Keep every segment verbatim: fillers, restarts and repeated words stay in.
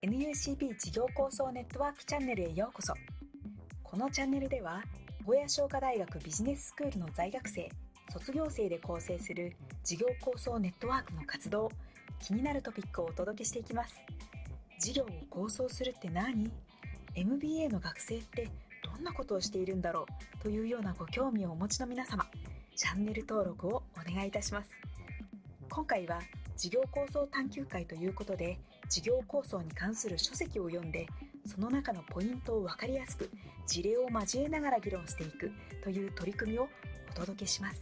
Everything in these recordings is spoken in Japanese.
エヌユーシービー 事業構想ネットワークチャンネルへようこそ。このチャンネルでは、名古屋商科大学ビジネススクールの在学生、卒業生で構成する事業構想ネットワークの活動、気になるトピックをお届けしていきます。事業を構想するって何？ エムビーエー の学生ってどんなことをしているんだろうというようなご興味をお持ちの皆様、チャンネル登録をお願いいたします。今回は事業構想探究会ということで、事業構想に関する書籍を読んで、その中のポイントを分かりやすく事例を交えながら議論していくという取り組みをお届けします。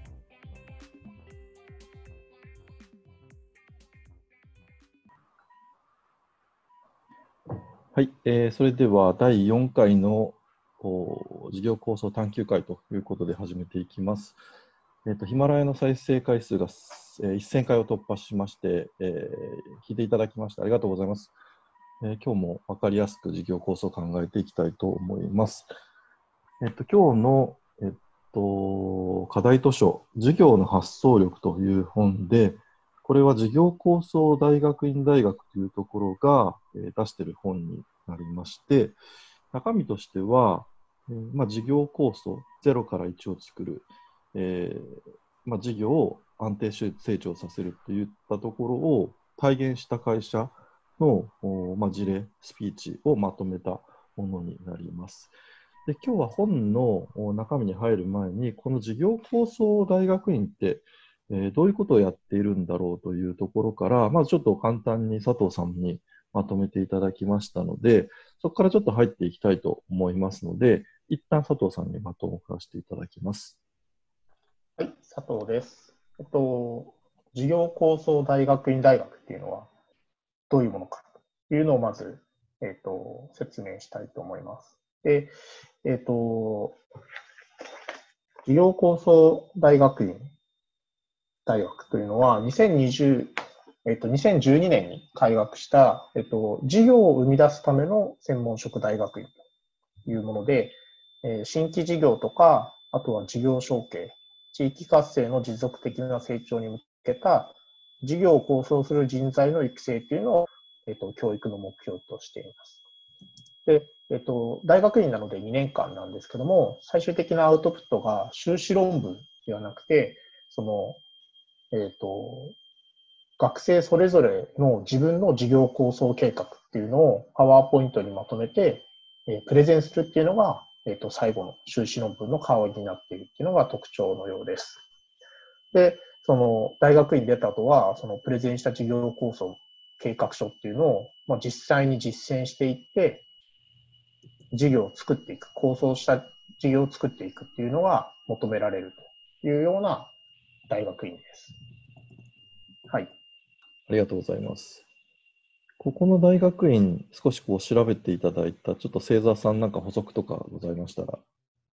はい、えー、それではだいよんかいの事業構想探究会ということで始めていきます。えーと、ヒマラヤの再生回数がせんかいを突破しまして、えー、聞いていただきましてありがとうございます。えー、今日も分かりやすく事業構想を考えていきたいと思います。えーと、今日の、えーと、課題図書、事業の発想力という本で、これは事業構想大学院大学というところが出している本になりまして、中身としては、えーまあ、事業構想ゼロからいちを作る、えーまあ、事業を安定成長させるといったところを体現した会社の、まあ、事例、スピーチをまとめたものになります。で、今日は本の中身に入る前に、この事業構想大学院って、えー、どういうことをやっているんだろうというところから、まずちょっと簡単に佐藤さんにまとめていただきましたので、そこからちょっと入っていきたいと思いますので、一旦佐藤さんにまとめさせていただきます。 はい、佐藤です。えっと、事業構想大学院大学っていうのはどういうものかというのをまず、えっと、説明したいと思います。で、えっと、事業構想大学院大学というのはにせんにじゅう、えっと、にせんじゅうにねんに開学した、えっと、事業を生み出すための専門職大学院というもので、えー、新規事業とか、あとは事業承継、地域活性の持続的な成長に向けた事業を構想する人材の育成というのを、えっと、教育の目標としています。で、えっと、大学院なのでにねんかんなんですけども、最終的なアウトプットが修士論文ではなくて、その、えっと、学生それぞれの自分の事業構想計画っていうのをパワーポイントにまとめて、えー、プレゼンするっていうのが、えっと、最後の修士論文の代わりになっているっていうのが特徴のようです。で、その大学院出た後は、そのプレゼンした事業構想計画書っていうのを、まあ、実際に実践していって、事業を作っていく、構想した事業を作っていくっていうのが求められるというような大学院です。はい。 ありがとうございます。ここの大学院、少しこう調べていただいた、ちょっと星座さんなんか補足とかございましたら。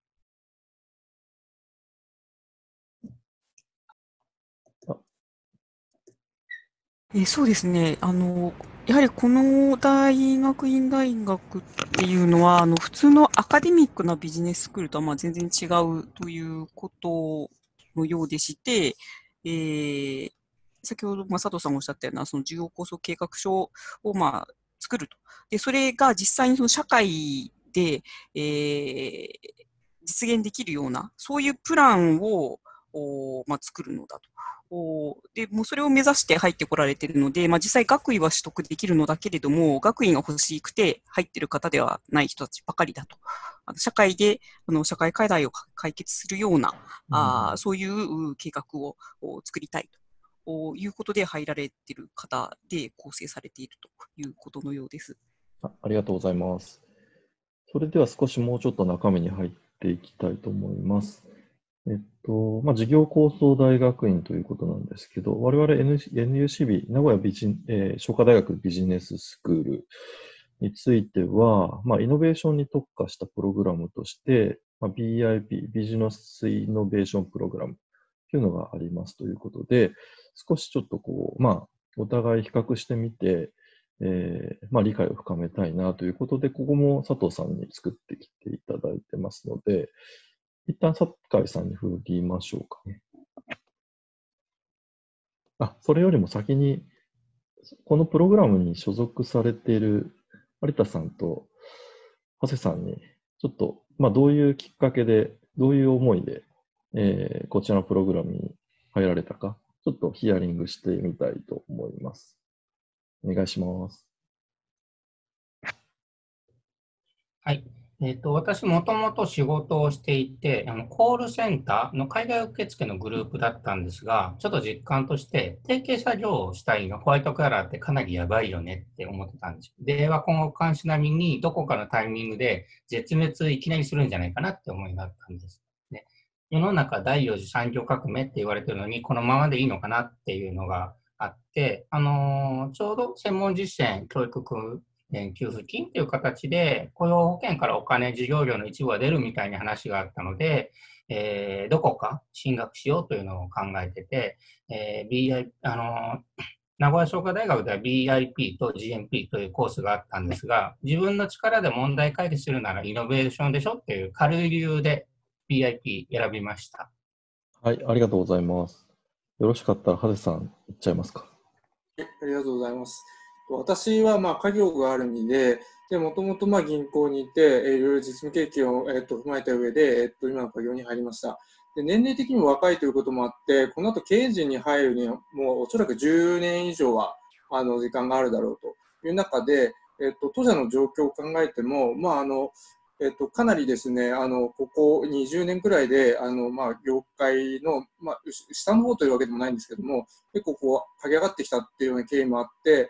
えそうですね。あの、やはりこの大学院大学っていうのは、あの、普通のアカデミックなビジネススクールとはまあ全然違うということのようでして、えー、先ほど、まあ、佐藤さんがおっしゃったような、その事業構想計画書をまあ作ると。で、それが実際にその社会で、えー、実現できるような、そういうプランを、おまあ、作るのだと。で、もうそれを目指して入ってこられているので、まあ、実際学位は取得できるのだけれども、学位が欲しくて入っている方ではない人たちばかりだと。あの社会であの社会課題を解決するような、うん、あそういう計画を作りたいということで入られている方で構成されているということのようです。 あ、ありがとうございます。それでは少しもうちょっと中身に入っていきたいと思います。えっと、まあ、事業構想大学院ということなんですけど、我々 エヌユーシービー、名古屋ビジ、えー、商科大学ビジネススクールについては、まあ、イノベーションに特化したプログラムとして、まあ、ビーアイピー、ビジネスイノベーションプログラムというのがありますということで、少しちょっとこう、まあ、お互い比較してみて、えーまあ、理解を深めたいなということで、ここも佐藤さんに作ってきていただいてますので、一旦酒井さんに振りましょうかね。あ、それよりも先に、 このプログラムに所属されている有田さんと長谷さんに、ちょっと、まあ、どういうきっかけで、どういう思いで、えーこちらのプログラムに入られたか、ちょっとヒアリングしてみたいと思います。お願いします。 はい。えっと、私、もともと仕事をしていて、あのコールセンターの海外受付のグループだったんですが、ちょっと実感として、提携作業をしたいの、ホワイトカラーってかなりやばいよねって思ってたんですよ。電話今後監視並みに、どこかのタイミングで絶滅いきなりするんじゃないかなって思いがあったんです。で、世の中第四次産業革命って言われてるのに、このままでいいのかなっていうのがあって、あのーちょうど専門実践教育えー給付金という形で雇用保険からお金、授業料の一部が出るみたいな話があったので、えーどこか進学しようというのを考えてて、えー ビーアイ あの名古屋商科大学では ビーアイピー と ジーエムピー というコースがあったんですが、自分の力で問題解決するならイノベーションでしょっていう軽い理由で ビーアイピー 選びました。 はい、ありがとうございます。よろしかったら、ハデさん、いっちゃいますか。 はい、ありがとうございます。私はまあ家業がある身で、でもともとまあ銀行にいて、えーいろいろ実務経験を、えー、と踏まえた上で、えー、と今の家業に入りました。で年齢的にも若いということもあって、この後経営陣に入るには、もうおそらくじゅうねん以上はあの時間があるだろうという中で、えー、と当社の状況を考えても、まああのえっと、かなりですね、あのここにじゅうねんくらいで、あのまあ、業界の、まあ、下の方というわけでもないんですけども、結構こう駆け上がってきたっていうような経緯もあって、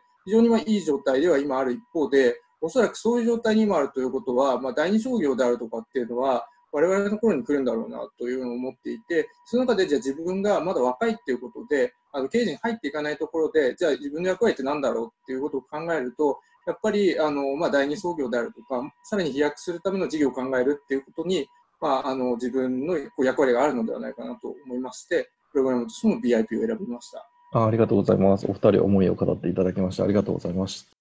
非常にまあいい状態では今ある一方で、おそらくそういう状態に今あるということは、まあ、第二商業であるとかっていうのは、我々のところに来るんだろうなというのを思っていて、その中でじゃあ自分がまだ若いっていうことで、あの経営陣に入っていかないところで、じゃあ自分の役割って何だろうっていうことを考えると、やっぱりあの、まあ、第二創業であるとか、さらに飛躍するための事業を考えるっていうことに、まあ、あの自分のこう役割があるのではないかなと思いまして、プログラムとしても ビーアイピー を選びました。 あありがとうございます。お二人思いを語っていただきましてありがとうございました。